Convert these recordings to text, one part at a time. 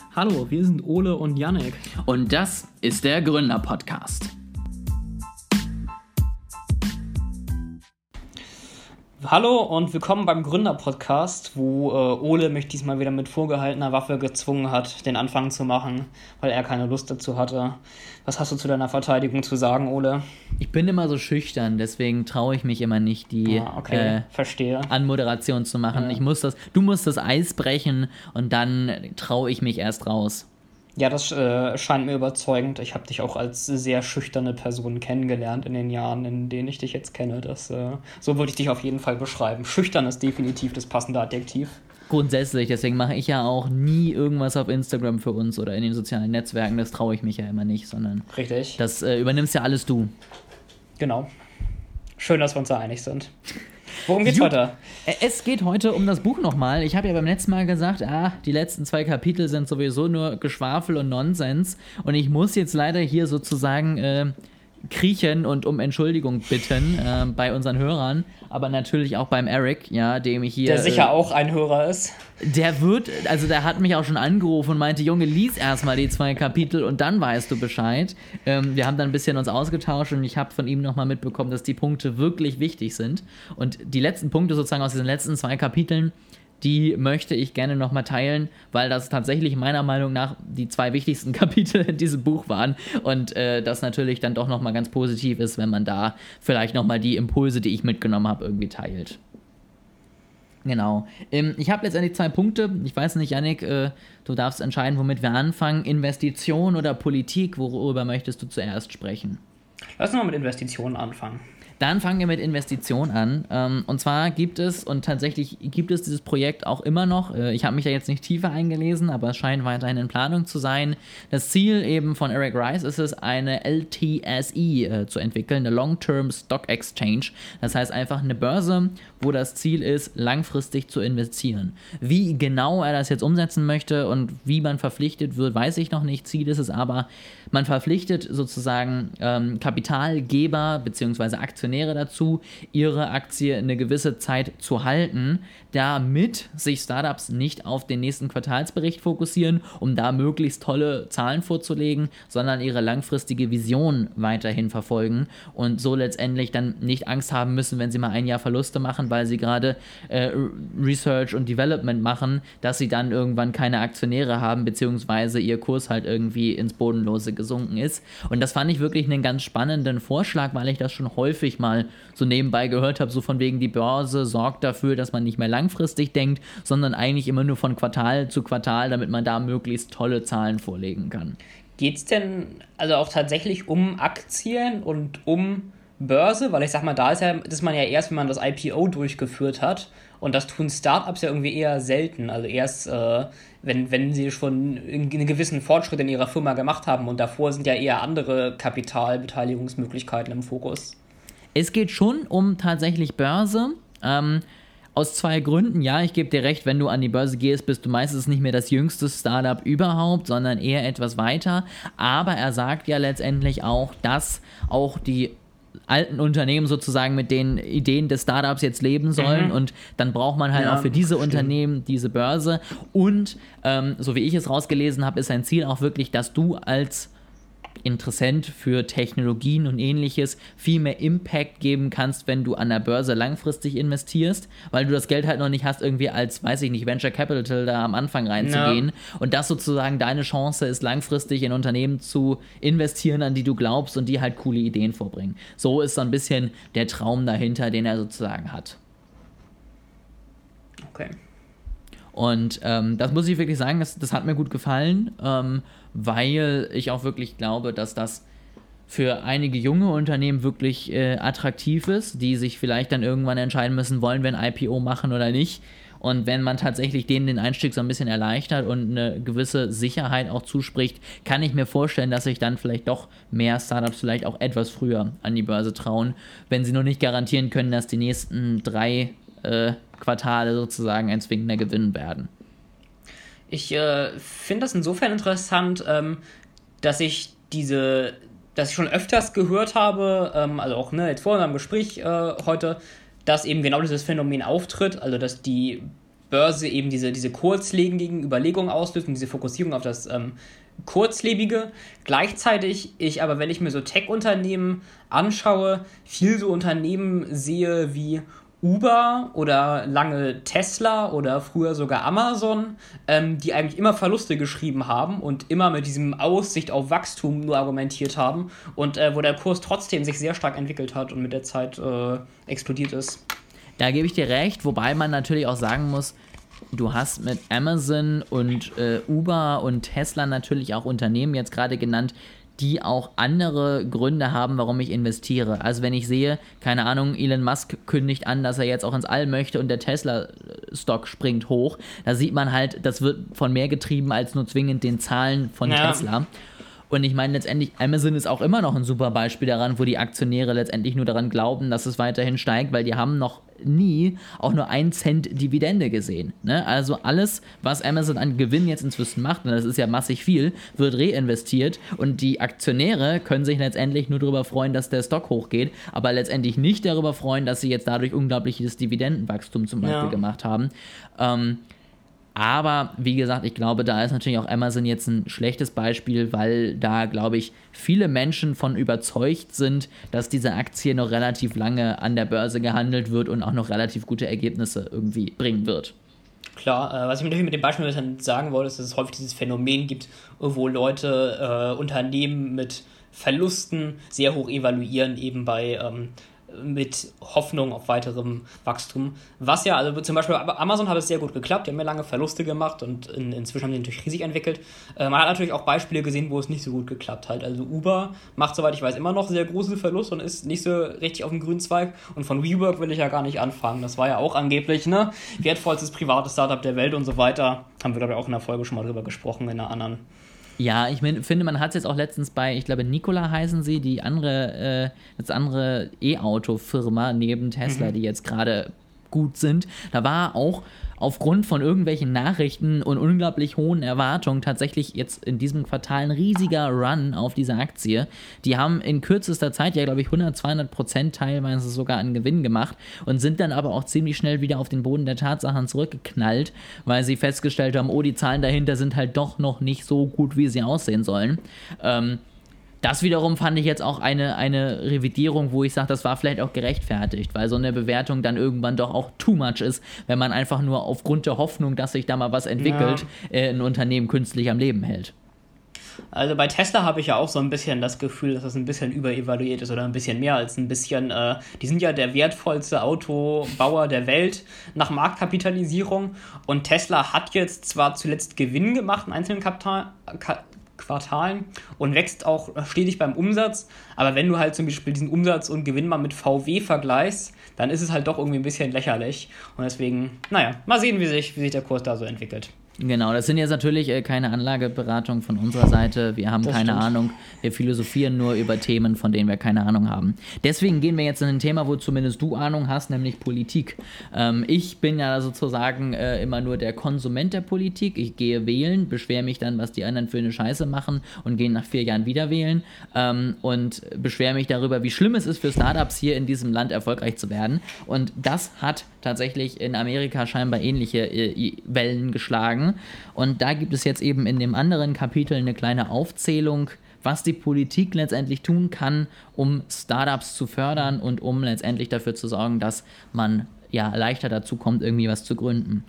Hallo, wir sind Ole und Jannik. Und das ist der Gründer-Podcast. Hallo und willkommen beim Gründer-Podcast, wo Ole mich diesmal wieder mit vorgehaltener Waffe gezwungen hat, den Anfang zu machen, weil er keine Lust dazu hatte. Was hast du zu deiner Verteidigung zu sagen, Ole? Ich bin immer so schüchtern, deswegen traue ich mich immer nicht, die verstehe. Anmoderation zu machen. Ja. Du musst das Eis brechen und dann traue ich mich erst raus. Ja, das scheint mir überzeugend. Ich habe dich auch als sehr schüchterne Person kennengelernt in den Jahren, in denen ich dich jetzt kenne. So würde ich dich auf jeden Fall beschreiben. Schüchtern ist definitiv das passende Adjektiv. Grundsätzlich, deswegen mache ich ja auch nie irgendwas auf Instagram für uns oder in den sozialen Netzwerken. Das traue ich mich ja immer nicht, sondern richtig. Das übernimmst ja alles du. Genau. Schön, dass wir uns da einig sind. Worum geht's heute? Es geht heute um das Buch nochmal. Ich habe ja beim letzten Mal gesagt, die letzten 2 Kapitel sind sowieso nur Geschwafel und Nonsens. Und ich muss jetzt leider hier sozusagen kriechen und um Entschuldigung bitten bei unseren Hörern, aber natürlich auch beim Eric, ja, dem ich hier... Der sicher auch ein Hörer ist. Der hat mich auch schon angerufen und meinte, Junge, lies erstmal die 2 Kapitel und dann weißt du Bescheid. Wir haben dann ein bisschen uns ausgetauscht und ich habe von ihm nochmal mitbekommen, dass die Punkte wirklich wichtig sind. Und die letzten Punkte sozusagen aus diesen letzten 2 Kapiteln, die möchte ich gerne nochmal teilen, weil das tatsächlich meiner Meinung nach die 2 wichtigsten Kapitel in diesem Buch waren und das natürlich dann doch nochmal ganz positiv ist, wenn man da vielleicht nochmal die Impulse, die ich mitgenommen habe, irgendwie teilt. Genau. Ich habe letztendlich 2 Punkte. Ich weiß nicht, Jannik, du darfst entscheiden, womit wir anfangen. Investition oder Politik, worüber möchtest du zuerst sprechen? Lass uns mal mit Investitionen anfangen. Dann fangen wir mit Investitionen an. Und zwar gibt es dieses Projekt auch immer noch. Ich habe mich da jetzt nicht tiefer eingelesen, aber es scheint weiterhin in Planung zu sein. Das Ziel eben von Eric Rice ist es, eine LTSE zu entwickeln, eine Long-Term Stock Exchange. Das heißt einfach eine Börse, wo das Ziel ist, langfristig zu investieren. Wie genau er das jetzt umsetzen möchte und wie man verpflichtet wird, weiß ich noch nicht. Ziel ist es aber, man verpflichtet sozusagen Kapitalgeber bzw. Aktionäre dazu, ihre Aktie eine gewisse Zeit zu halten, damit sich Startups nicht auf den nächsten Quartalsbericht fokussieren, um da möglichst tolle Zahlen vorzulegen, sondern ihre langfristige Vision weiterhin verfolgen und so letztendlich dann nicht Angst haben müssen, wenn sie mal ein Jahr Verluste machen, weil sie gerade Research und Development machen, dass sie dann irgendwann keine Aktionäre haben, beziehungsweise ihr Kurs halt irgendwie ins Bodenlose gesunken ist. Und das fand ich wirklich einen ganz spannenden Vorschlag, weil ich das schon häufig mal so nebenbei gehört habe, so von wegen die Börse sorgt dafür, dass man nicht mehr langfristig denkt, sondern eigentlich immer nur von Quartal zu Quartal, damit man da möglichst tolle Zahlen vorlegen kann. Geht es denn also auch tatsächlich um Aktien und um Börse? Weil ich sag mal, da ist man ja erst, wenn man das IPO durchgeführt hat. Und das tun Startups ja irgendwie eher selten. Also erst, wenn sie schon einen gewissen Fortschritt in ihrer Firma gemacht haben. Und davor sind ja eher andere Kapitalbeteiligungsmöglichkeiten im Fokus. Es geht schon um tatsächlich Börse. Aus 2 Gründen. Ja, ich gebe dir recht, wenn du an die Börse gehst, bist du meistens nicht mehr das jüngste Startup überhaupt, sondern eher etwas weiter. Aber er sagt ja letztendlich auch, dass auch die alten Unternehmen sozusagen mit den Ideen des Startups jetzt leben sollen und dann braucht man halt auch für diese Unternehmen diese Börse und so wie ich es rausgelesen habe, ist sein Ziel auch wirklich, dass du als Interessent für Technologien und ähnliches viel mehr Impact geben kannst, wenn du an der Börse langfristig investierst, weil du das Geld halt noch nicht hast, irgendwie als, weiß ich nicht, Venture Capital da am Anfang reinzugehen und das sozusagen deine Chance ist, langfristig in Unternehmen zu investieren, an die du glaubst und die halt coole Ideen vorbringen. So ist so ein bisschen der Traum dahinter, den er sozusagen hat. Okay. Und das muss ich wirklich sagen, das hat mir gut gefallen, weil ich auch wirklich glaube, dass das für einige junge Unternehmen wirklich attraktiv ist, die sich vielleicht dann irgendwann entscheiden müssen, wollen wir ein IPO machen oder nicht. Und wenn man tatsächlich denen den Einstieg so ein bisschen erleichtert und eine gewisse Sicherheit auch zuspricht, kann ich mir vorstellen, dass sich dann vielleicht doch mehr Startups vielleicht auch etwas früher an die Börse trauen, wenn sie noch nicht garantieren können, dass die nächsten 3 Quartale sozusagen ein zwingender Gewinn werden. Ich finde das insofern interessant, dass ich schon öfters gehört habe, also auch jetzt vor unserem Gespräch heute, dass eben genau dieses Phänomen auftritt, also dass die Börse eben diese kurzlebigen Überlegungen auslöst und diese Fokussierung auf das Kurzlebige. Gleichzeitig ich aber, wenn ich mir so Tech-Unternehmen anschaue, viel so Unternehmen sehe wie Uber oder lange Tesla oder früher sogar Amazon, die eigentlich immer Verluste geschrieben haben und immer mit diesem Aussicht auf Wachstum nur argumentiert haben und wo der Kurs trotzdem sich sehr stark entwickelt hat und mit der Zeit explodiert ist. Da gebe ich dir recht, wobei man natürlich auch sagen muss, du hast mit Amazon und Uber und Tesla natürlich auch Unternehmen jetzt gerade genannt, die auch andere Gründe haben, warum ich investiere. Also wenn ich sehe, keine Ahnung, Elon Musk kündigt an, dass er jetzt auch ins All möchte und der Tesla-Stock springt hoch, da sieht man halt, das wird von mehr getrieben als nur zwingend den Zahlen von Tesla. Und ich meine, letztendlich, Amazon ist auch immer noch ein super Beispiel daran, wo die Aktionäre letztendlich nur daran glauben, dass es weiterhin steigt, weil die haben noch nie auch nur 1 Cent Dividende gesehen. Ne? Also alles, was Amazon an Gewinn jetzt inzwischen macht, und das ist ja massig viel, wird reinvestiert und die Aktionäre können sich letztendlich nur darüber freuen, dass der Stock hochgeht, aber letztendlich nicht darüber freuen, dass sie jetzt dadurch unglaubliches Dividendenwachstum zum Beispiel gemacht haben. Aber wie gesagt, ich glaube, da ist natürlich auch Amazon jetzt ein schlechtes Beispiel, weil da, glaube ich, viele Menschen von überzeugt sind, dass diese Aktie noch relativ lange an der Börse gehandelt wird und auch noch relativ gute Ergebnisse irgendwie bringen wird. Klar, was ich natürlich mit dem Beispiel sagen wollte, ist, dass es häufig dieses Phänomen gibt, wo Leute Unternehmen mit Verlusten sehr hoch evaluieren, eben mit Hoffnung auf weiterem Wachstum. Was ja, also zum Beispiel Amazon hat es sehr gut geklappt, die haben ja lange Verluste gemacht und inzwischen haben die natürlich riesig entwickelt. Man hat natürlich auch Beispiele gesehen, wo es nicht so gut geklappt hat. Also Uber macht, soweit ich weiß, immer noch sehr große Verluste und ist nicht so richtig auf dem grünen Zweig. Und von WeWork will ich ja gar nicht anfangen. Das war ja auch angeblich, ne, wertvollstes privates Startup der Welt und so weiter. Haben wir, glaube ich, auch in der Folge schon mal drüber gesprochen, in einer anderen. Ja, ich finde, man hat es jetzt auch letztens bei, ich glaube, Nikola heißen sie, das andere E-Auto-Firma neben Tesla, die jetzt gerade gut sind. Da war auch aufgrund von irgendwelchen Nachrichten und unglaublich hohen Erwartungen tatsächlich jetzt in diesem Quartal ein riesiger Run auf diese Aktie. Die haben in kürzester Zeit ja, glaube ich, 100-200% teilweise sogar an Gewinn gemacht und sind dann aber auch ziemlich schnell wieder auf den Boden der Tatsachen zurückgeknallt, weil sie festgestellt haben, oh, die Zahlen dahinter sind halt doch noch nicht so gut, wie sie aussehen sollen. Das wiederum fand ich jetzt auch eine Revidierung, wo ich sage, das war vielleicht auch gerechtfertigt, weil so eine ein irgendwann doch auch too much ist, wenn man einfach nur aufgrund der Hoffnung, dass sich da mal was entwickelt, ein Unternehmen künstlich am Leben hält. Also bei Tesla habe ich ja auch so ein bisschen das Gefühl, dass das ein bisschen überevaluiert ist oder ein bisschen mehr als ein bisschen. Die sind ja der wertvollste Autobauer der Welt nach Marktkapitalisierung und Tesla hat jetzt zwar zuletzt Gewinn gemacht in einzelnen Quartalen und wächst auch stetig beim Umsatz, aber wenn du halt zum Beispiel diesen Umsatz und Gewinn mal mit VW vergleichst, dann ist es halt doch irgendwie ein bisschen lächerlich und deswegen, mal sehen, wie sich der Kurs da so entwickelt. Genau, das sind jetzt natürlich keine Anlageberatungen von unserer Seite. Wir haben keine Ahnung. Wir philosophieren nur über Themen, von denen wir keine Ahnung haben. Deswegen gehen wir jetzt in ein Thema, wo zumindest du Ahnung hast, nämlich Politik. Ich bin ja sozusagen immer nur der Konsument der Politik. Ich gehe wählen, beschwere mich dann, was die anderen für eine Scheiße machen und gehe nach 4 Jahren wieder wählen und beschwere mich darüber, wie schlimm es ist für Startups hier in diesem Land erfolgreich zu werden. Und das hat tatsächlich in Amerika scheinbar ähnliche Wellen geschlagen. Und da gibt es jetzt eben in dem anderen Kapitel eine kleine Aufzählung, was die Politik letztendlich tun kann, um Startups zu fördern und um letztendlich dafür zu sorgen, dass man ja leichter dazu kommt, irgendwie was zu gründen.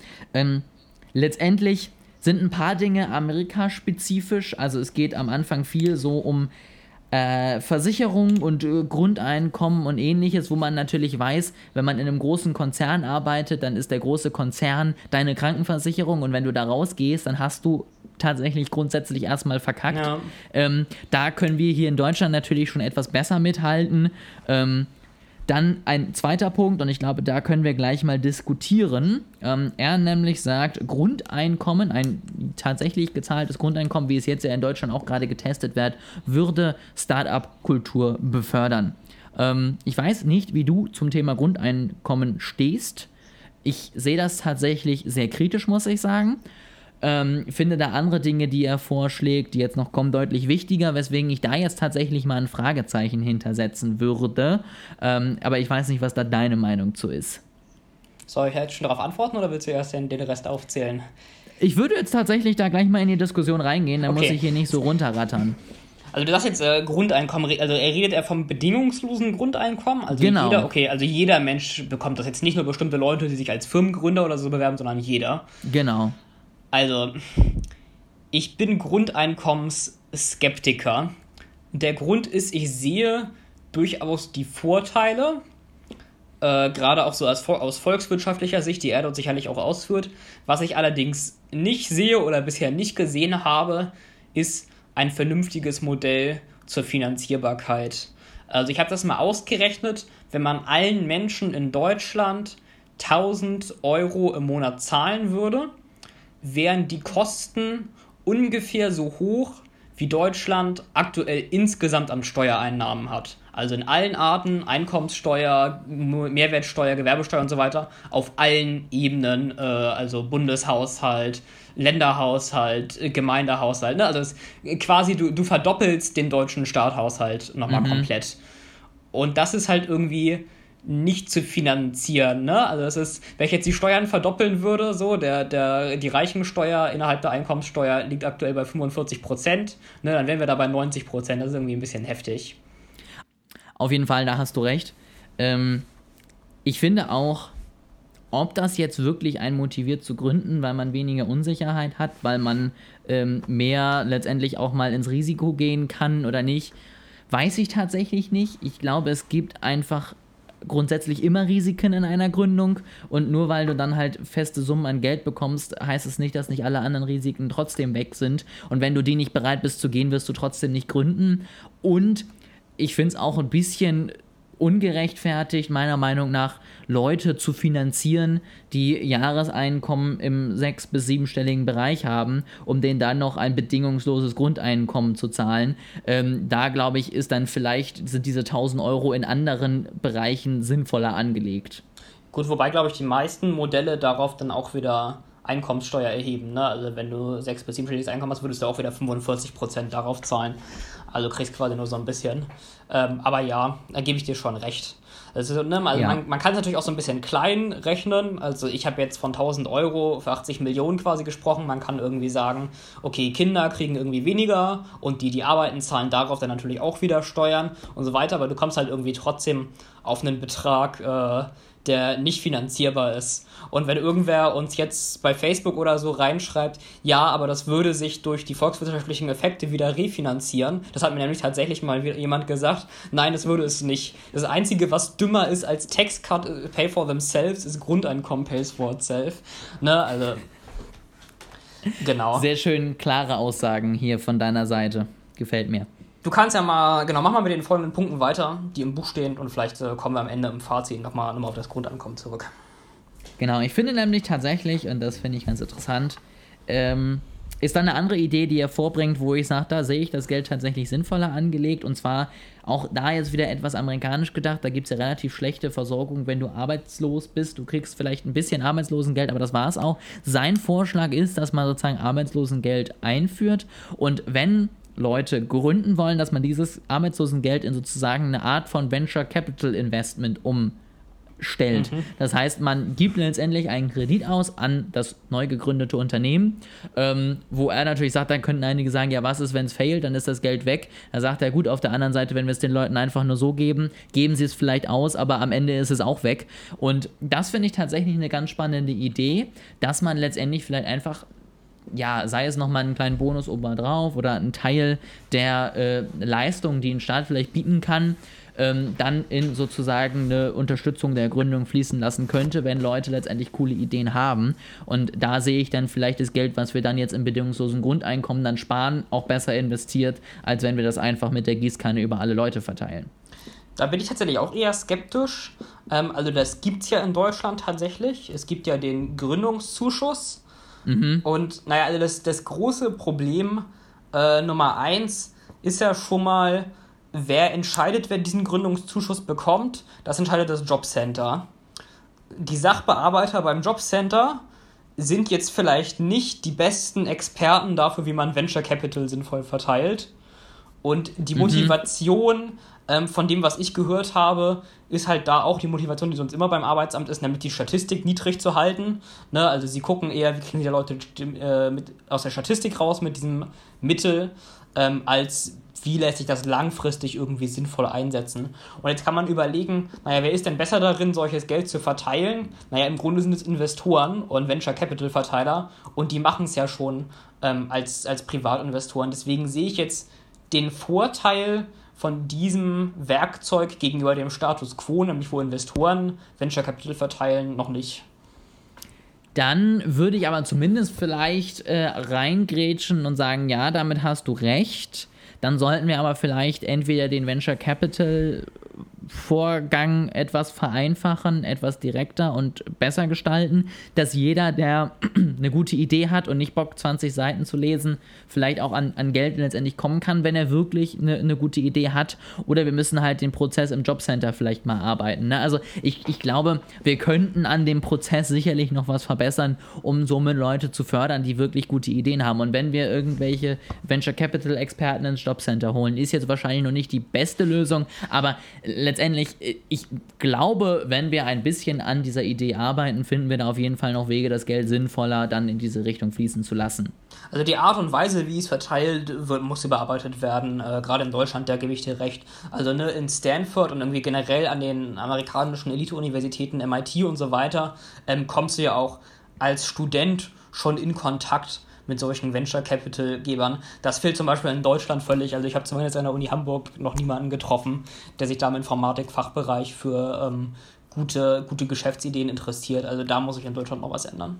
Letztendlich sind ein paar Dinge amerikaspezifisch, also es geht am Anfang viel so um Versicherung und Grundeinkommen und ähnliches, wo man natürlich weiß, wenn man in einem großen Konzern arbeitet, dann ist der große Konzern deine Krankenversicherung und wenn du da rausgehst, dann hast du tatsächlich grundsätzlich erstmal verkackt. Ja. Da können wir hier in Deutschland natürlich schon etwas besser mithalten. Dann ein zweiter Punkt, und ich glaube, da können wir gleich mal diskutieren. Er nämlich sagt, Grundeinkommen, ein tatsächlich gezahltes Grundeinkommen, wie es jetzt ja in Deutschland auch gerade getestet wird, würde Start-up-Kultur befördern. Ich weiß nicht, wie du zum Thema Grundeinkommen stehst. Ich sehe das tatsächlich sehr kritisch, muss ich sagen. Finde da andere Dinge, die er vorschlägt, die jetzt noch kommen, deutlich wichtiger, weswegen ich da jetzt tatsächlich mal ein Fragezeichen hintersetzen würde. Aber ich weiß nicht, was da deine Meinung zu ist. Soll ich jetzt schon darauf antworten oder willst du erst den Rest aufzählen? Ich würde jetzt tatsächlich da gleich mal in die Diskussion reingehen, dann muss ich hier nicht so runterrattern. Also du sagst jetzt Grundeinkommen, also redet er vom bedingungslosen Grundeinkommen? Also genau. Jeder Mensch bekommt das, jetzt nicht nur bestimmte Leute, die sich als Firmengründer oder so bewerben, sondern jeder. Genau. Also, ich bin Grundeinkommensskeptiker. Der Grund ist, ich sehe durchaus die Vorteile, gerade auch so aus volkswirtschaftlicher Sicht, die er dort sicherlich auch ausführt. Was ich allerdings nicht sehe oder bisher nicht gesehen habe, ist ein vernünftiges Modell zur Finanzierbarkeit. Also ich habe das mal ausgerechnet, wenn man allen Menschen in Deutschland 1.000 Euro im Monat zahlen würde, wären die Kosten ungefähr so hoch, wie Deutschland aktuell insgesamt an Steuereinnahmen hat. Also in allen Arten, Einkommenssteuer, Mehrwertsteuer, Gewerbesteuer und so weiter, auf allen Ebenen, also Bundeshaushalt, Länderhaushalt, Gemeindehaushalt. Ne? Also quasi du verdoppelst den deutschen Staatshaushalt nochmal komplett. Und das ist halt irgendwie nicht zu finanzieren, ne? Also das ist, wenn ich jetzt die Steuern verdoppeln würde, so, die Reichensteuer innerhalb der Einkommenssteuer liegt aktuell bei 45%, ne? Dann wären wir da bei 90%, das ist irgendwie ein bisschen heftig. Auf jeden Fall, da hast du recht. Ich finde auch, ob das jetzt wirklich einen motiviert zu gründen, weil man weniger Unsicherheit hat, weil man mehr letztendlich auch mal ins Risiko gehen kann oder nicht, weiß ich tatsächlich nicht. Ich glaube, es gibt einfach grundsätzlich immer Risiken in einer Gründung und nur weil du dann halt feste Summen an Geld bekommst, heißt es nicht, dass nicht alle anderen Risiken trotzdem weg sind und wenn du die nicht bereit bist zu gehen, wirst du trotzdem nicht gründen und ich finde es auch ein bisschen ungerechtfertigt, meiner Meinung nach, Leute zu finanzieren, die Jahreseinkommen im 6- bis 7-stelligen Bereich haben, um denen dann noch ein bedingungsloses Grundeinkommen zu zahlen. Da, glaube ich, sind diese 1.000 Euro in anderen Bereichen sinnvoller angelegt. Gut, wobei, glaube ich, die meisten Modelle darauf dann auch wieder Einkommenssteuer erheben. Ne? Also wenn du 6- bis 7-stelliges Einkommen hast, würdest du auch wieder 45% darauf zahlen. Also kriegst quasi nur so ein bisschen. Aber ja, da gebe ich dir schon recht. Also, ne, man kann es natürlich auch so ein bisschen klein rechnen. Also ich habe jetzt von 1.000 Euro für 80 Millionen quasi gesprochen. Man kann irgendwie sagen, okay, Kinder kriegen irgendwie weniger und die arbeiten, zahlen darauf dann natürlich auch wieder Steuern und so weiter. Aber du kommst halt irgendwie trotzdem auf einen Betrag, der nicht finanzierbar ist. Und wenn irgendwer uns jetzt bei Facebook oder so reinschreibt, ja, aber das würde sich durch die volkswirtschaftlichen Effekte wieder refinanzieren, das hat mir nämlich tatsächlich mal jemand gesagt, nein, das würde es nicht. Das Einzige, was dümmer ist als Tax Cut Pay for Themselves, ist Grundeinkommen Pays for Itself. Ne, also, genau. Sehr schön klare Aussagen hier von deiner Seite. Gefällt mir. Du kannst ja mal, mach mal mit den folgenden Punkten weiter, die im Buch stehen und vielleicht kommen wir am Ende im Fazit nochmal auf das Grundeinkommen zurück. Genau, ich finde nämlich tatsächlich, und das finde ich ganz interessant, ist dann eine andere Idee, die er vorbringt, wo ich sage, da sehe ich das Geld tatsächlich sinnvoller angelegt und zwar auch da jetzt wieder etwas amerikanisch gedacht, da gibt es ja relativ schlechte Versorgung, wenn du arbeitslos bist, du kriegst vielleicht ein bisschen Arbeitslosengeld, aber das war es auch. Sein Vorschlag ist, dass man sozusagen Arbeitslosengeld einführt und wenn Leute gründen wollen, dass man dieses Arbeitslosengeld in sozusagen eine Art von Venture Capital Investment umstellt. Das heißt, man gibt letztendlich einen Kredit aus an das neu gegründete Unternehmen, wo er natürlich sagt, dann könnten einige sagen, ja, was ist, wenn es failt, dann ist das Geld weg. Da sagt er, gut, auf der anderen Seite, wenn wir es den Leuten einfach nur so geben, geben sie es vielleicht aus, aber am Ende ist es auch weg. Und das finde ich tatsächlich eine ganz spannende Idee, dass man letztendlich vielleicht einfach sei es nochmal einen kleinen Bonus oben drauf oder einen Teil der Leistungen, die ein Staat vielleicht bieten kann, dann in sozusagen eine Unterstützung der Gründung fließen lassen könnte, wenn Leute letztendlich coole Ideen haben. Und da sehe ich dann vielleicht das Geld, was wir dann jetzt im bedingungslosen Grundeinkommen dann sparen, auch besser investiert, als wenn wir das einfach mit der Gießkanne über alle Leute verteilen. Da bin ich tatsächlich auch eher skeptisch. Also das gibt es ja in Deutschland tatsächlich. Es gibt ja den Gründungszuschuss. Und also das große Problem Nummer 1 ist ja schon mal, wer entscheidet, wer diesen Gründungszuschuss bekommt. Das entscheidet das Jobcenter. Die Sachbearbeiter beim Jobcenter sind jetzt vielleicht nicht die besten Experten dafür, wie man Venture Capital sinnvoll verteilt. Und die Motivation, Von dem, was ich gehört habe, ist halt da auch die Motivation, die sonst immer beim Arbeitsamt ist, nämlich die Statistik niedrig zu halten. Ne? Also sie gucken eher, wie kriegen die Leute aus der Statistik raus mit diesem Mittel, als wie lässt sich das langfristig irgendwie sinnvoll einsetzen. Und jetzt kann man überlegen, naja, wer ist denn besser darin, solches Geld zu verteilen? Naja, im Grunde sind es Investoren und Venture Capital Verteiler und die machen es ja schon als Privatinvestoren. Deswegen sehe ich jetzt den Vorteil von diesem Werkzeug gegenüber dem Status quo, nämlich wo Investoren Venture Capital verteilen, noch nicht. Dann würde ich aber zumindest vielleicht reingrätschen und sagen, ja, damit hast du recht. Dann sollten wir aber vielleicht entweder den Venture Capital Vorgang etwas vereinfachen, etwas direkter und besser gestalten, dass jeder, der eine gute Idee hat und nicht Bock, 20 Seiten zu lesen, vielleicht auch an Geld letztendlich kommen kann, wenn er wirklich eine gute Idee hat. Oder wir müssen halt den Prozess im Jobcenter vielleicht mal arbeiten. Ne? Also ich glaube, wir könnten an dem Prozess sicherlich noch was verbessern, um somit Leute zu fördern, die wirklich gute Ideen haben. Und wenn wir irgendwelche Venture Capital Experten ins Jobcenter holen, ist jetzt wahrscheinlich noch nicht die beste Lösung, aber letztendlich, ich glaube, wenn wir ein bisschen an dieser Idee arbeiten, finden wir da auf jeden Fall noch Wege, das Geld sinnvoller dann in diese Richtung fließen zu lassen. Also die Art und Weise, wie es verteilt wird, muss überarbeitet werden. Gerade in Deutschland, da gebe ich dir recht. Also ne, in Stanford und irgendwie generell an den amerikanischen Elite-Universitäten, MIT und so weiter, kommst du ja auch als Student schon in Kontakt mit solchen Venture-Capital-Gebern. Das fehlt zum Beispiel in Deutschland völlig. Also ich habe zumindest an der Uni Hamburg noch niemanden getroffen, der sich da im Informatik-Fachbereich für gute Geschäftsideen interessiert. Also da muss sich in Deutschland noch was ändern.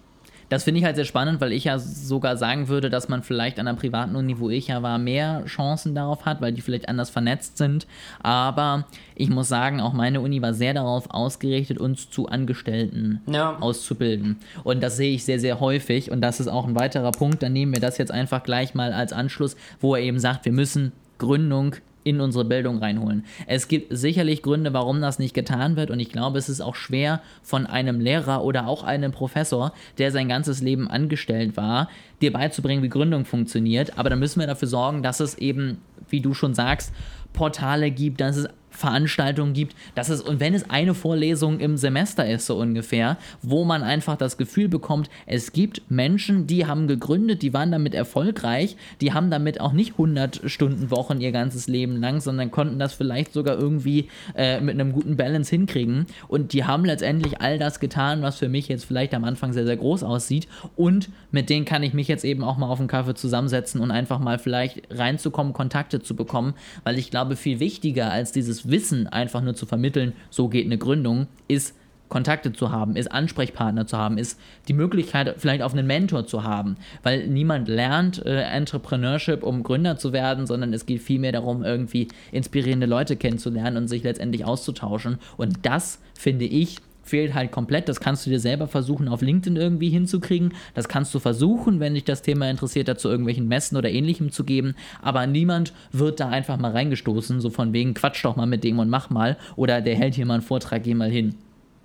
Das finde ich halt sehr spannend, weil ich ja sogar sagen würde, dass man vielleicht an einer privaten Uni, wo ich ja war, mehr Chancen darauf hat, weil die vielleicht anders vernetzt sind. Aber ich muss sagen, auch meine Uni war sehr darauf ausgerichtet, uns zu Angestellten auszubilden. Und das sehe ich sehr, sehr häufig. Und das ist auch ein weiterer Punkt. Dann nehmen wir das jetzt einfach gleich mal als Anschluss, wo er eben sagt, wir müssen Gründung in unsere Bildung reinholen. Es gibt sicherlich Gründe, warum das nicht getan wird, und ich glaube, es ist auch schwer von einem Lehrer oder auch einem Professor, der sein ganzes Leben angestellt war, dir beizubringen, wie Gründung funktioniert. Aber dann müssen wir dafür sorgen, dass es eben, wie du schon sagst, Portale gibt, dass es Veranstaltungen gibt, und wenn es eine Vorlesung im Semester ist, so ungefähr, wo man einfach das Gefühl bekommt, es gibt Menschen, die haben gegründet, die waren damit erfolgreich, die haben damit auch nicht 100-Stunden-Wochen ihr ganzes Leben lang, sondern konnten das vielleicht sogar irgendwie mit einem guten Balance hinkriegen, und die haben letztendlich all das getan, was für mich jetzt vielleicht am Anfang sehr, sehr groß aussieht, und mit denen kann ich mich jetzt eben auch mal auf einen Kaffee zusammensetzen und einfach mal vielleicht reinzukommen, Kontakte zu bekommen, weil ich glaube, viel wichtiger als dieses Wissen einfach nur zu vermitteln, so geht eine Gründung, ist Kontakte zu haben, ist Ansprechpartner zu haben, ist die Möglichkeit vielleicht auf einen Mentor zu haben, weil niemand lernt Entrepreneurship, um Gründer zu werden, sondern es geht vielmehr darum, irgendwie inspirierende Leute kennenzulernen und sich letztendlich auszutauschen, und das, finde ich, fehlt halt komplett. Das kannst du dir selber versuchen, auf LinkedIn irgendwie hinzukriegen. Das kannst du versuchen, wenn dich das Thema interessiert, dazu irgendwelchen Messen oder Ähnlichem zu geben. Aber niemand wird da einfach mal reingestoßen, so von wegen, quatsch doch mal mit dem und mach mal. Oder der hält hier mal einen Vortrag, geh mal hin.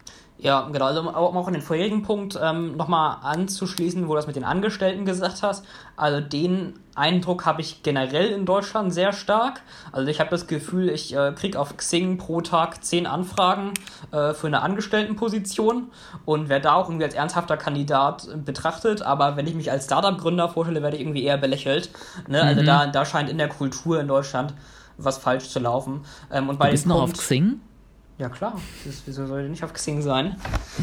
Ja, genau, also um auch an den vorherigen Punkt nochmal anzuschließen, wo du das mit den Angestellten gesagt hast. Also den Eindruck habe ich generell in Deutschland sehr stark. Also ich habe das Gefühl, ich kriege auf Xing pro Tag 10 Anfragen für eine Angestelltenposition und werde da auch irgendwie als ernsthafter Kandidat betrachtet. Aber wenn ich mich als Startup-Gründer vorstelle, werde ich irgendwie eher belächelt. Ne? Also da scheint in der Kultur in Deutschland was falsch zu laufen. Und bei du bist noch auf Xing? Ja klar, wieso soll die nicht auf Xing sein?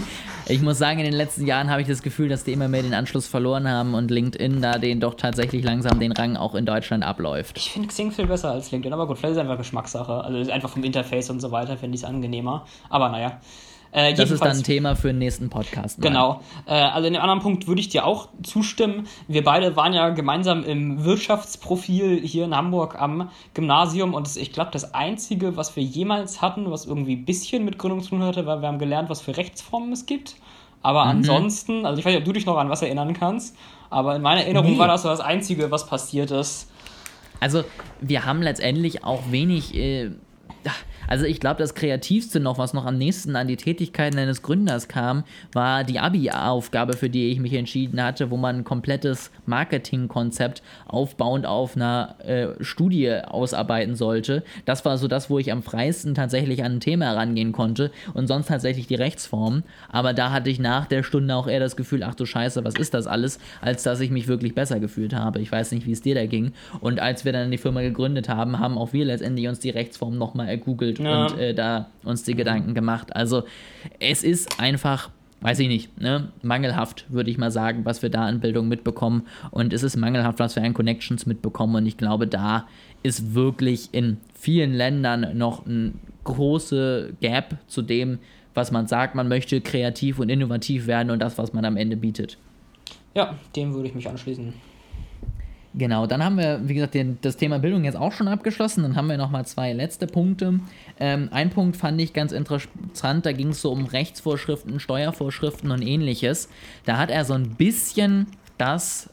Ich muss sagen, in den letzten Jahren habe ich das Gefühl, dass die immer mehr den Anschluss verloren haben und LinkedIn da den doch tatsächlich langsam den Rang auch in Deutschland abläuft. Ich finde Xing viel besser als LinkedIn, aber gut, vielleicht ist es einfach Geschmackssache. Also ist einfach vom Interface und so weiter finde ich es angenehmer. Aber naja. Das ist dann ein Thema für den nächsten Podcast. Genau. Also in dem anderen Punkt würde ich dir auch zustimmen. Wir beide waren ja gemeinsam im Wirtschaftsprofil hier in Hamburg am Gymnasium und ich glaube, das Einzige, was wir jemals hatten, was irgendwie ein bisschen mit Gründung zu tun hatte, war, wir haben gelernt, was für Rechtsformen es gibt. Aber ansonsten, also ich weiß nicht, ob du dich noch an was erinnern kannst, aber in meiner Erinnerung war das so das Einzige, was passiert ist. Also wir haben letztendlich auch wenig... Also ich glaube, das Kreativste noch, was noch am nächsten an die Tätigkeiten eines Gründers kam, war die Abi-Aufgabe, für die ich mich entschieden hatte, wo man ein komplettes Marketingkonzept aufbauend auf einer Studie ausarbeiten sollte. Das war so das, wo ich am freisten tatsächlich an ein Thema herangehen konnte und sonst tatsächlich die Rechtsform. Aber da hatte ich nach der Stunde auch eher das Gefühl, ach du Scheiße, was ist das alles, als dass ich mich wirklich besser gefühlt habe. Ich weiß nicht, wie es dir da ging. Und als wir dann die Firma gegründet haben, haben auch wir letztendlich uns die Rechtsform nochmal ergoogelt und da uns die Gedanken gemacht. Also es ist einfach, weiß ich nicht, ne, mangelhaft, würde ich mal sagen, was wir da an Bildung mitbekommen. Und es ist mangelhaft, was wir an Connections mitbekommen. Und ich glaube, da ist wirklich in vielen Ländern noch ein große Gap zu dem, was man sagt, man möchte kreativ und innovativ werden und das, was man am Ende bietet. Ja, dem würde ich mich anschließen. Genau, dann haben wir, wie gesagt, das Thema Bildung jetzt auch schon abgeschlossen. Dann haben wir nochmal 2 letzte Punkte. Ein Punkt fand ich ganz interessant, da ging es so um Rechtsvorschriften, Steuervorschriften und ähnliches. Da hat er so ein bisschen das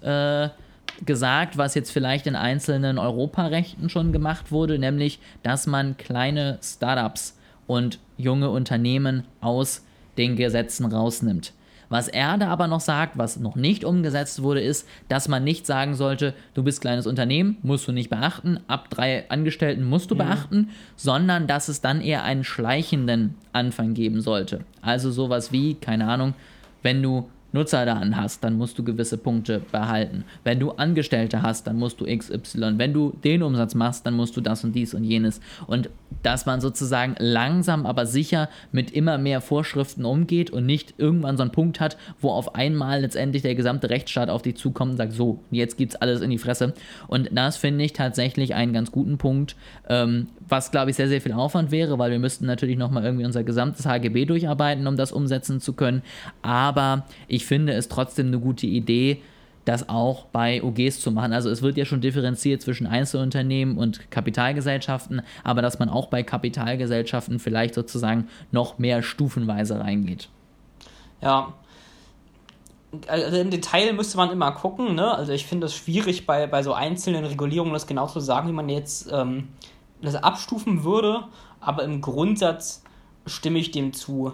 gesagt, was jetzt vielleicht in einzelnen Europarechten schon gemacht wurde, nämlich, dass man kleine Startups und junge Unternehmen aus den Gesetzen rausnimmt. Was er da aber noch sagt, was noch nicht umgesetzt wurde, ist, dass man nicht sagen sollte, du bist kleines Unternehmen, musst du nicht beachten, ab 3 Angestellten musst du beachten, sondern dass es dann eher einen schleichenden Anfang geben sollte. Also sowas wie, keine Ahnung, wenn du Nutzerdaten hast, dann musst du gewisse Punkte behalten. Wenn du Angestellte hast, dann musst du XY. Wenn du den Umsatz machst, dann musst du das und dies und jenes. Und dass man sozusagen langsam, aber sicher mit immer mehr Vorschriften umgeht und nicht irgendwann so einen Punkt hat, wo auf einmal letztendlich der gesamte Rechtsstaat auf dich zukommt und sagt, so, jetzt gibt's alles in die Fresse. Und das finde ich tatsächlich einen ganz guten Punkt, was, glaube ich, sehr, sehr viel Aufwand wäre, weil wir müssten natürlich nochmal irgendwie unser gesamtes HGB durcharbeiten, um das umsetzen zu können. Aber ich finde es trotzdem eine gute Idee, das auch bei OGs zu machen. Also es wird ja schon differenziert zwischen Einzelunternehmen und Kapitalgesellschaften, aber dass man auch bei Kapitalgesellschaften vielleicht sozusagen noch mehr stufenweise reingeht. Ja, also im Detail müsste man immer gucken, ne? Also ich finde es schwierig, bei so einzelnen Regulierungen das genau zu sagen, wie man jetzt das abstufen würde, aber im Grundsatz stimme ich dem zu.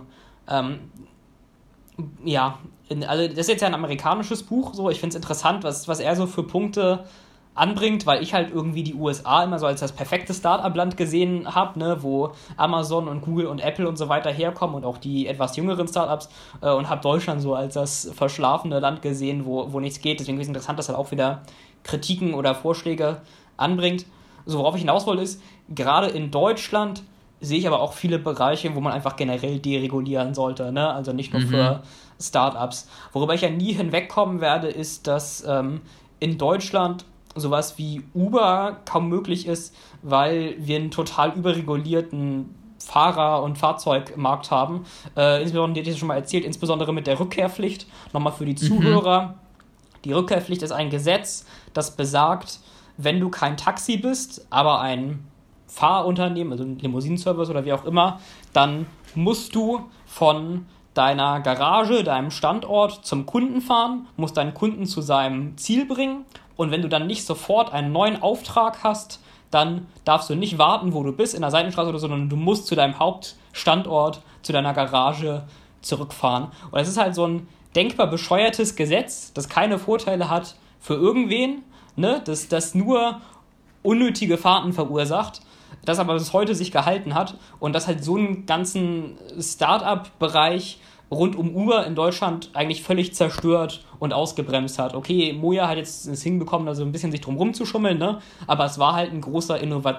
Ja, also das ist jetzt ja ein amerikanisches Buch, so, ich finde es interessant, was er so für Punkte anbringt, weil ich halt irgendwie die USA immer so als das perfekte Start-up-Land gesehen habe, ne, wo Amazon und Google und Apple und so weiter herkommen und auch die etwas jüngeren Startups und habe Deutschland so als das verschlafene Land gesehen, wo nichts geht. Deswegen ist es interessant, dass er auch wieder Kritiken oder Vorschläge anbringt. So, worauf ich hinaus wollte ist, gerade in Deutschland sehe ich aber auch viele Bereiche, wo man einfach generell deregulieren sollte, ne? Also nicht nur für Startups. Worüber ich ja nie hinwegkommen werde, ist, dass in Deutschland sowas wie Uber kaum möglich ist, weil wir einen total überregulierten Fahrer- und Fahrzeugmarkt haben. Insbesondere, die hatte ich schon mal erzählt, insbesondere mit der Rückkehrpflicht. Nochmal für die Zuhörer. Die Rückkehrpflicht ist ein Gesetz, das besagt, wenn du kein Taxi bist, aber ein Fahrunternehmen, also ein Limousinenservice oder wie auch immer, dann musst du von deiner Garage, deinem Standort zum Kunden fahren, musst deinen Kunden zu seinem Ziel bringen und wenn du dann nicht sofort einen neuen Auftrag hast, dann darfst du nicht warten, wo du bist, in der Seitenstraße oder so, sondern du musst zu deinem Hauptstandort, zu deiner Garage zurückfahren. Und das ist halt so ein denkbar bescheuertes Gesetz, das keine Vorteile hat für irgendwen, ne? Das nur unnötige Fahrten verursacht, das aber bis heute sich gehalten hat und das halt so einen ganzen Start-up-Bereich rund um Uber in Deutschland eigentlich völlig zerstört und ausgebremst hat. Okay, Moja hat jetzt es hinbekommen, da so ein bisschen sich drum rumzuschummeln, ne? Aber es war halt ein großer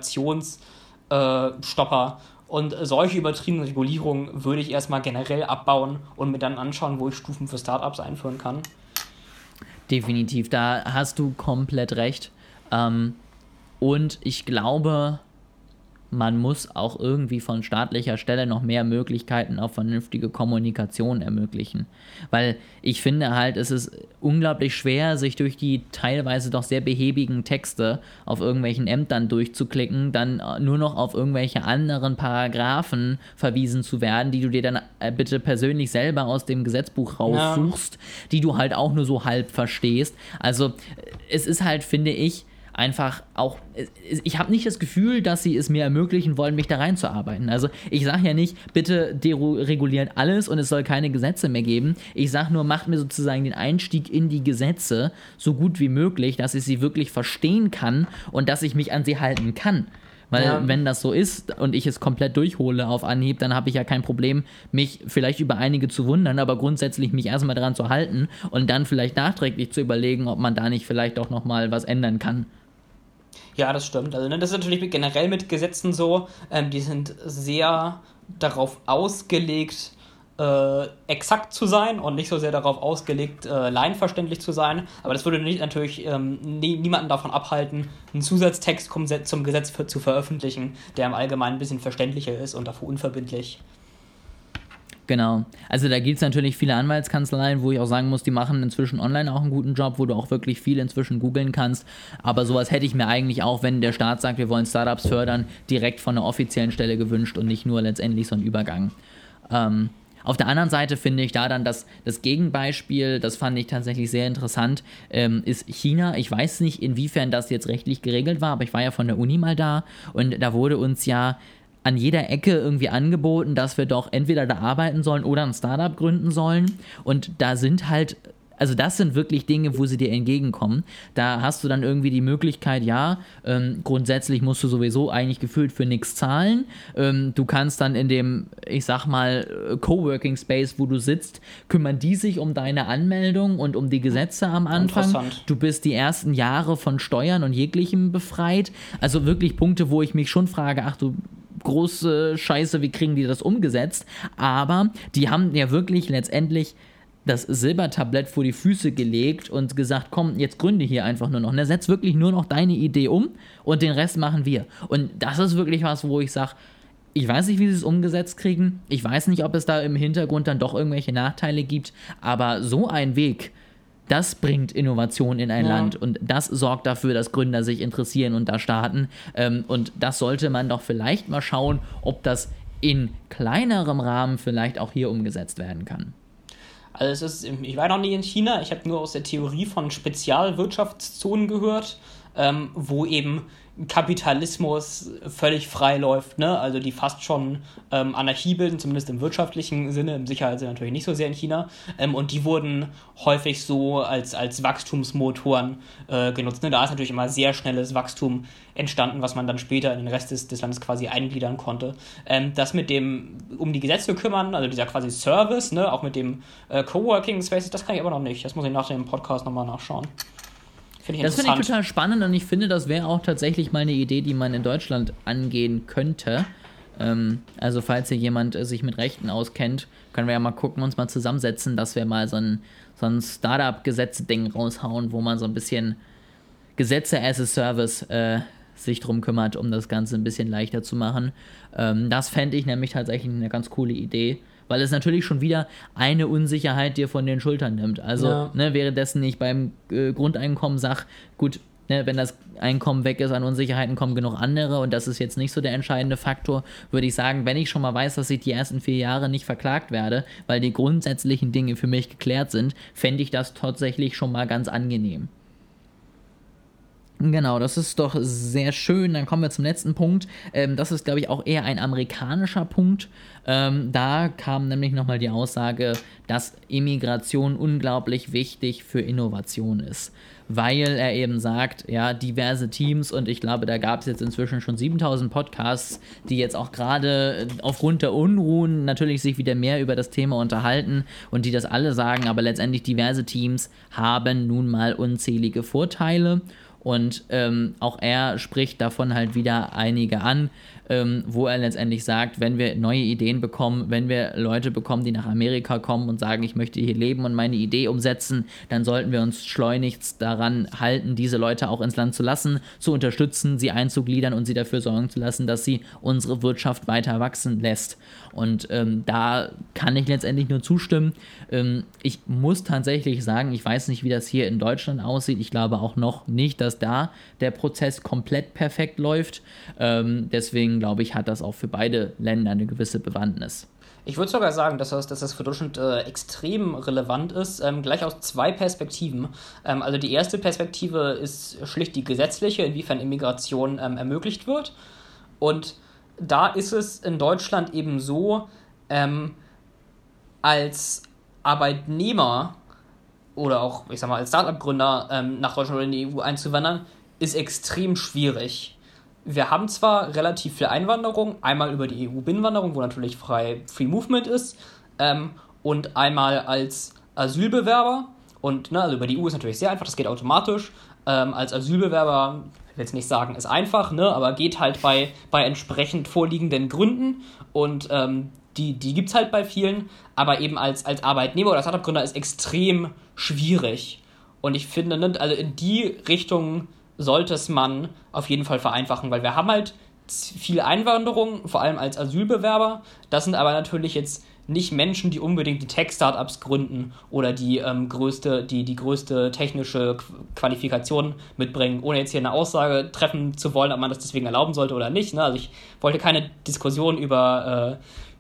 Innovationsstopper. Und solche übertriebenen Regulierungen würde ich erstmal generell abbauen und mir dann anschauen, wo ich Stufen für Startups einführen kann. Definitiv, da hast du komplett recht. Und ich glaube, man muss auch irgendwie von staatlicher Stelle noch mehr Möglichkeiten auf vernünftige Kommunikation ermöglichen. Weil ich finde halt, es ist unglaublich schwer, sich durch die teilweise doch sehr behäbigen Texte auf irgendwelchen Ämtern durchzuklicken, dann nur noch auf irgendwelche anderen Paragraphen verwiesen zu werden, die du dir dann bitte persönlich selber aus dem Gesetzbuch raussuchst, die du halt auch nur so halb verstehst. Also es ist halt, finde ich, einfach auch, ich habe nicht das Gefühl, dass sie es mir ermöglichen wollen, mich da reinzuarbeiten. Also ich sage ja nicht, bitte dereguliert alles und es soll keine Gesetze mehr geben. Ich sage nur, macht mir sozusagen den Einstieg in die Gesetze so gut wie möglich, dass ich sie wirklich verstehen kann und dass ich mich an sie halten kann. Weil wenn das so ist und ich es komplett durchhole auf Anhieb, dann habe ich ja kein Problem, mich vielleicht über einige zu wundern, aber grundsätzlich mich erstmal daran zu halten und dann vielleicht nachträglich zu überlegen, ob man da nicht vielleicht auch nochmal was ändern kann. Ja, das stimmt. Also, ne, das ist natürlich generell mit Gesetzen so. Die sind sehr darauf ausgelegt, exakt zu sein und nicht so sehr darauf ausgelegt, laienverständlich zu sein. Aber das würde natürlich niemanden davon abhalten, einen Zusatztext zum Gesetz zu veröffentlichen, der im Allgemeinen ein bisschen verständlicher ist und dafür unverbindlich. Genau. Also da gibt es natürlich viele Anwaltskanzleien, wo ich auch sagen muss, die machen inzwischen online auch einen guten Job, wo du auch wirklich viel inzwischen googeln kannst. Aber sowas hätte ich mir eigentlich auch, wenn der Staat sagt, wir wollen Startups fördern, direkt von einer offiziellen Stelle gewünscht und nicht nur letztendlich so ein Übergang. Auf der anderen Seite finde ich da dann das Gegenbeispiel, das fand ich tatsächlich sehr interessant, ist China. Ich weiß nicht, inwiefern das jetzt rechtlich geregelt war, aber ich war ja von der Uni mal da und da wurde uns ja an jeder Ecke irgendwie angeboten, dass wir doch entweder da arbeiten sollen oder ein Startup gründen sollen. Und da sind halt, also das sind wirklich Dinge, wo sie dir entgegenkommen. Da hast du dann irgendwie die Möglichkeit, grundsätzlich musst du sowieso eigentlich gefühlt für nichts zahlen. Du kannst dann in dem, ich sag mal, Coworking Space, wo du sitzt, kümmern die sich um deine Anmeldung und um die Gesetze am Anfang. Du bist die ersten Jahre von Steuern und jeglichem befreit. Also wirklich Punkte, wo ich mich schon frage, ach du große Scheiße, wie kriegen die das umgesetzt? Aber die haben ja wirklich letztendlich das Silbertablett vor die Füße gelegt und gesagt, komm, jetzt gründe hier einfach nur noch. Ne? Setz wirklich nur noch deine Idee um und den Rest machen wir. Und das ist wirklich was, wo ich sage, ich weiß nicht, wie sie es umgesetzt kriegen. Ich weiß nicht, ob es da im Hintergrund dann doch irgendwelche Nachteile gibt. Aber so ein Weg, das bringt Innovation in ein Land und das sorgt dafür, dass Gründer sich interessieren und da starten. Und das sollte man doch vielleicht mal schauen, ob das in kleinerem Rahmen vielleicht auch hier umgesetzt werden kann. Also ich war noch nie in China, ich habe nur aus der Theorie von Spezialwirtschaftszonen gehört, wo eben Kapitalismus völlig frei läuft, ne? Also die fast schon Anarchie bilden, zumindest im wirtschaftlichen Sinne, im Sicherheitssinn natürlich nicht so sehr in China, und die wurden häufig so als Wachstumsmotoren genutzt. Ne? Da ist natürlich immer sehr schnelles Wachstum entstanden, was man dann später in den Rest des Landes quasi eingliedern konnte. Das mit dem, um die Gesetze kümmern, also dieser quasi Service, ne? Auch mit dem Coworking Spaces, das kann ich aber noch nicht. Das muss ich nach dem Podcast nochmal nachschauen. Das finde ich total spannend und ich finde, das wäre auch tatsächlich mal eine Idee, die man in Deutschland angehen könnte. Also falls hier jemand sich mit Rechten auskennt, können wir ja mal gucken, uns mal zusammensetzen, dass wir mal so ein Startup-Gesetz-Ding raushauen, wo man so ein bisschen Gesetze as a Service sich drum kümmert, um das Ganze ein bisschen leichter zu machen. Das fände ich nämlich tatsächlich eine ganz coole Idee. Weil es natürlich schon wieder eine Unsicherheit dir von den Schultern nimmt. Also währenddessen ich beim Grundeinkommen sage, gut, wenn das Einkommen weg ist an Unsicherheiten, kommen genug andere und das ist jetzt nicht so der entscheidende Faktor, würde ich sagen, wenn ich schon mal weiß, dass ich die ersten 4 Jahre nicht verklagt werde, weil die grundsätzlichen Dinge für mich geklärt sind, fände ich das tatsächlich schon mal ganz angenehm. Genau, das ist doch sehr schön. Dann kommen wir zum letzten Punkt. Das ist, glaube ich, auch eher ein amerikanischer Punkt. Da kam nämlich nochmal die Aussage, dass Immigration unglaublich wichtig für Innovation ist. Weil er eben sagt, ja, diverse Teams und ich glaube, da gab es jetzt inzwischen schon 7000 Podcasts, die jetzt auch gerade aufgrund der Unruhen natürlich sich wieder mehr über das Thema unterhalten und die das alle sagen, aber letztendlich diverse Teams haben nun mal unzählige Vorteile. Und auch er spricht davon halt wieder einige an, wo er letztendlich sagt, wenn wir neue Ideen bekommen, wenn wir Leute bekommen, die nach Amerika kommen und sagen, ich möchte hier leben und meine Idee umsetzen, dann sollten wir uns schleunigst daran halten, diese Leute auch ins Land zu lassen, zu unterstützen, sie einzugliedern und sie dafür sorgen zu lassen, dass sie unsere Wirtschaft weiter wachsen lässt. Und da kann ich letztendlich nur zustimmen. Ich muss tatsächlich sagen, ich weiß nicht, wie das hier in Deutschland aussieht. Ich glaube auch noch nicht, dass da der Prozess komplett perfekt läuft. Deswegen glaube ich, hat das auch für beide Länder eine gewisse Bewandtnis. Ich würde sogar sagen, dass das für Deutschland extrem relevant ist, gleich aus zwei Perspektiven. Also die erste Perspektive ist schlicht die gesetzliche, inwiefern Immigration ermöglicht wird. Und da ist es in Deutschland eben so, als Arbeitnehmer oder auch, ich sag mal, als Start-up-Gründer nach Deutschland oder in die EU einzuwandern, ist extrem schwierig. Wir haben zwar relativ viel Einwanderung, einmal über die EU-Binnenwanderung, wo natürlich Free Movement ist, und einmal als Asylbewerber. Und also über die EU ist natürlich sehr einfach, das geht automatisch. Als Asylbewerber, ich will jetzt nicht sagen, ist einfach, aber geht halt bei entsprechend vorliegenden Gründen. Und die gibt es halt bei vielen. Aber eben als Arbeitnehmer oder Startup-Gründer ist extrem schwierig. Und ich finde, also in die Richtung sollte es man auf jeden Fall vereinfachen, weil wir haben halt viel Einwanderung, vor allem als Asylbewerber. Das sind aber natürlich jetzt nicht Menschen, die unbedingt die Tech-Startups gründen oder die größte technische Qualifikation mitbringen, ohne jetzt hier eine Aussage treffen zu wollen, ob man das deswegen erlauben sollte oder nicht. Also ich wollte keine Diskussion über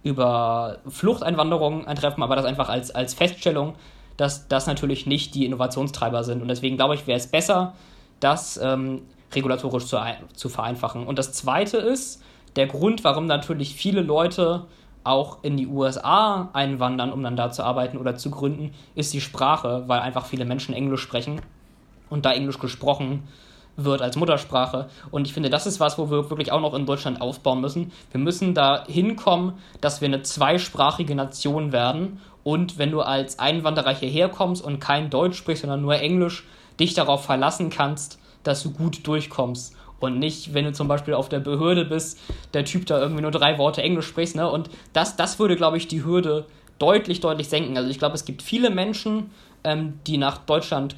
Fluchteinwanderung eintreffen, aber das einfach als Feststellung, dass das natürlich nicht die Innovationstreiber sind. Und deswegen glaube ich, wäre es besser, das regulatorisch zu vereinfachen. Und das Zweite ist, der Grund, warum natürlich viele Leute auch in die USA einwandern, um dann da zu arbeiten oder zu gründen, ist die Sprache, weil einfach viele Menschen Englisch sprechen und da Englisch gesprochen wird als Muttersprache. Und ich finde, das ist was, wo wir wirklich auch noch in Deutschland aufbauen müssen. Wir müssen da hinkommen, dass wir eine zweisprachige Nation werden. Und wenn du als Einwanderer hierher kommst und kein Deutsch sprichst, sondern nur Englisch, dich darauf verlassen kannst, dass du gut durchkommst. Und nicht, wenn du zum Beispiel auf der Behörde bist, der Typ da irgendwie nur 3 Worte Englisch spricht. Und das würde, glaube ich, die Hürde deutlich, deutlich senken. Also ich glaube, es gibt viele Menschen, die nach Deutschland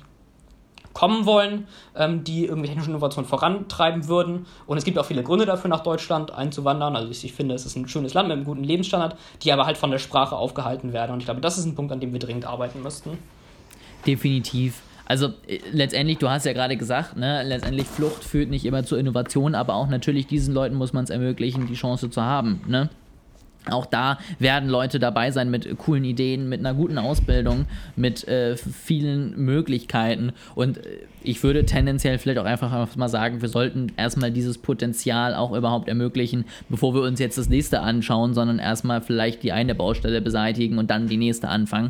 kommen wollen, die irgendwie technische Innovation vorantreiben würden. Und es gibt auch viele Gründe dafür, nach Deutschland einzuwandern. Also ich finde, es ist ein schönes Land mit einem guten Lebensstandard, die aber halt von der Sprache aufgehalten werden. Und ich glaube, das ist ein Punkt, an dem wir dringend arbeiten müssten. Definitiv. Also letztendlich, du hast ja gerade gesagt, letztendlich Flucht führt nicht immer zur Innovation, aber auch natürlich diesen Leuten muss man es ermöglichen, die Chance zu haben, Auch da werden Leute dabei sein mit coolen Ideen, mit einer guten Ausbildung, mit vielen Möglichkeiten. Und ich würde tendenziell vielleicht auch einfach mal sagen, wir sollten erstmal dieses Potenzial auch überhaupt ermöglichen, bevor wir uns jetzt das nächste anschauen, sondern erstmal vielleicht die eine Baustelle beseitigen und dann die nächste anfangen.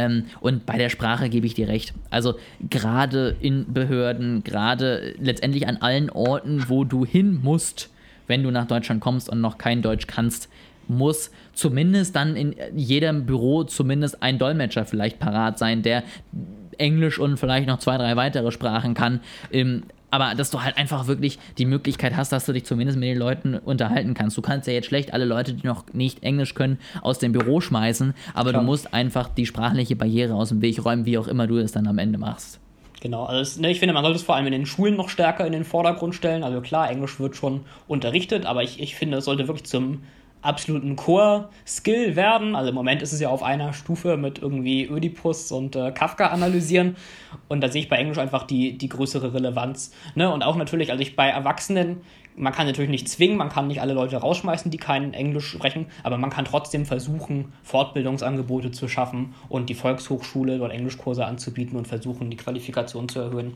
Und bei der Sprache gebe ich dir recht. Also gerade in Behörden, gerade letztendlich an allen Orten, wo du hin musst, wenn du nach Deutschland kommst und noch kein Deutsch kannst, muss zumindest dann in jedem Büro zumindest ein Dolmetscher vielleicht parat sein, der Englisch und vielleicht noch 2, 3 weitere Sprachen kann. Aber dass du halt einfach wirklich die Möglichkeit hast, dass du dich zumindest mit den Leuten unterhalten kannst. Du kannst ja jetzt schlecht alle Leute, die noch nicht Englisch können, aus dem Büro schmeißen, aber Klar. Du musst einfach die sprachliche Barriere aus dem Weg räumen, wie auch immer du es dann am Ende machst. Genau, also ich finde, man sollte es vor allem in den Schulen noch stärker in den Vordergrund stellen. Also klar, Englisch wird schon unterrichtet, aber ich finde, es sollte wirklich zum absoluten Core-Skill werden. Also im Moment ist es ja auf einer Stufe mit irgendwie Ödipus und Kafka analysieren. Und da sehe ich bei Englisch einfach die größere Relevanz. Und auch natürlich, also bei Erwachsenen, man kann natürlich nicht zwingen, man kann nicht alle Leute rausschmeißen, die kein Englisch sprechen, aber man kann trotzdem versuchen, Fortbildungsangebote zu schaffen und die Volkshochschule dort Englischkurse anzubieten und versuchen, die Qualifikation zu erhöhen.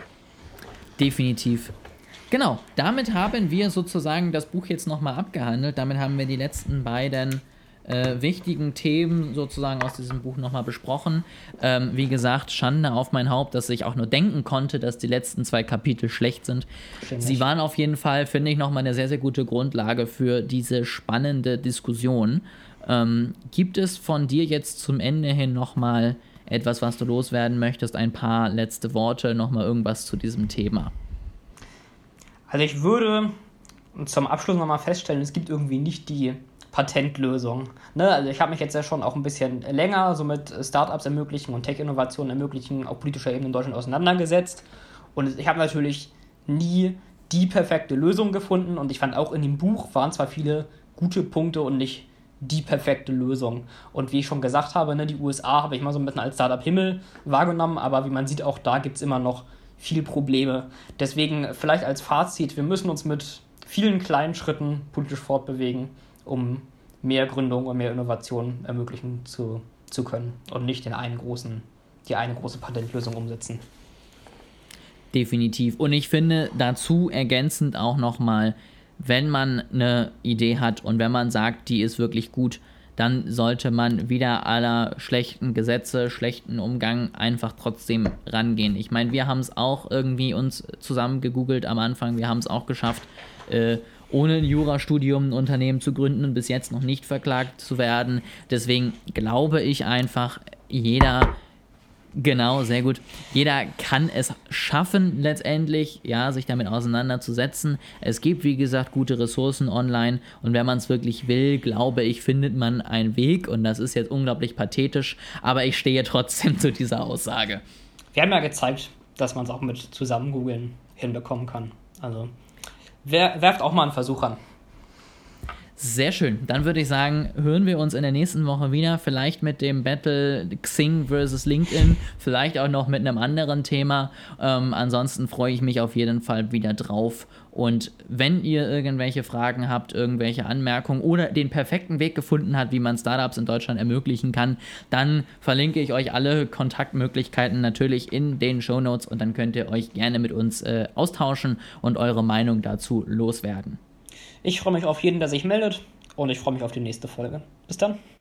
Definitiv. Genau, damit haben wir sozusagen das Buch jetzt nochmal abgehandelt. Damit haben wir die letzten beiden wichtigen Themen sozusagen aus diesem Buch nochmal besprochen. Wie gesagt, Schande auf mein Haupt, dass ich auch nur denken konnte, dass die letzten 2 Kapitel schlecht sind. Sie waren auf jeden Fall, finde ich, nochmal eine sehr, sehr gute Grundlage für diese spannende Diskussion. Gibt es von dir jetzt zum Ende hin nochmal etwas, was du loswerden möchtest? Ein paar letzte Worte, nochmal irgendwas zu diesem Thema? Also ich würde zum Abschluss nochmal feststellen, es gibt irgendwie nicht die Patentlösung. Also ich habe mich jetzt ja schon auch ein bisschen länger so mit Startups ermöglichen und Tech-Innovationen ermöglichen auf politischer Ebene in Deutschland auseinandergesetzt. Und ich habe natürlich nie die perfekte Lösung gefunden. Und ich fand auch in dem Buch waren zwar viele gute Punkte und nicht die perfekte Lösung. Und wie ich schon gesagt habe, die USA habe ich mal so ein bisschen als Startup-Himmel wahrgenommen. Aber wie man sieht, auch da gibt es immer noch viele Probleme. Deswegen vielleicht als Fazit, wir müssen uns mit vielen kleinen Schritten politisch fortbewegen, um mehr Gründung und mehr Innovation ermöglichen zu können und nicht die eine große Patentlösung umsetzen. Definitiv. Und ich finde dazu ergänzend auch nochmal, wenn man eine Idee hat und wenn man sagt, die ist wirklich gut, dann sollte man wieder aller schlechten Gesetze, schlechten Umgang einfach trotzdem rangehen. Ich meine, wir haben es auch irgendwie uns zusammen gegoogelt am Anfang, wir haben es auch geschafft, ohne ein Jurastudium ein Unternehmen zu gründen und bis jetzt noch nicht verklagt zu werden. Deswegen glaube ich einfach, genau, sehr gut. Jeder kann es schaffen, letztendlich, ja, sich damit auseinanderzusetzen. Es gibt, wie gesagt, gute Ressourcen online und wenn man es wirklich will, glaube ich, findet man einen Weg und das ist jetzt unglaublich pathetisch, aber ich stehe trotzdem zu dieser Aussage. Wir haben ja gezeigt, dass man es auch mit zusammen googeln hinbekommen kann. Also werft auch mal einen Versuch an. Sehr schön. Dann würde ich sagen, hören wir uns in der nächsten Woche wieder. Vielleicht mit dem Battle Xing versus LinkedIn. Vielleicht auch noch mit einem anderen Thema. Ansonsten freue ich mich auf jeden Fall wieder drauf. Und wenn ihr irgendwelche Fragen habt, irgendwelche Anmerkungen oder den perfekten Weg gefunden habt, wie man Startups in Deutschland ermöglichen kann, dann verlinke ich euch alle Kontaktmöglichkeiten natürlich in den Shownotes und dann könnt ihr euch gerne mit uns austauschen und eure Meinung dazu loswerden. Ich freue mich auf jeden, der sich meldet und ich freue mich auf die nächste Folge. Bis dann.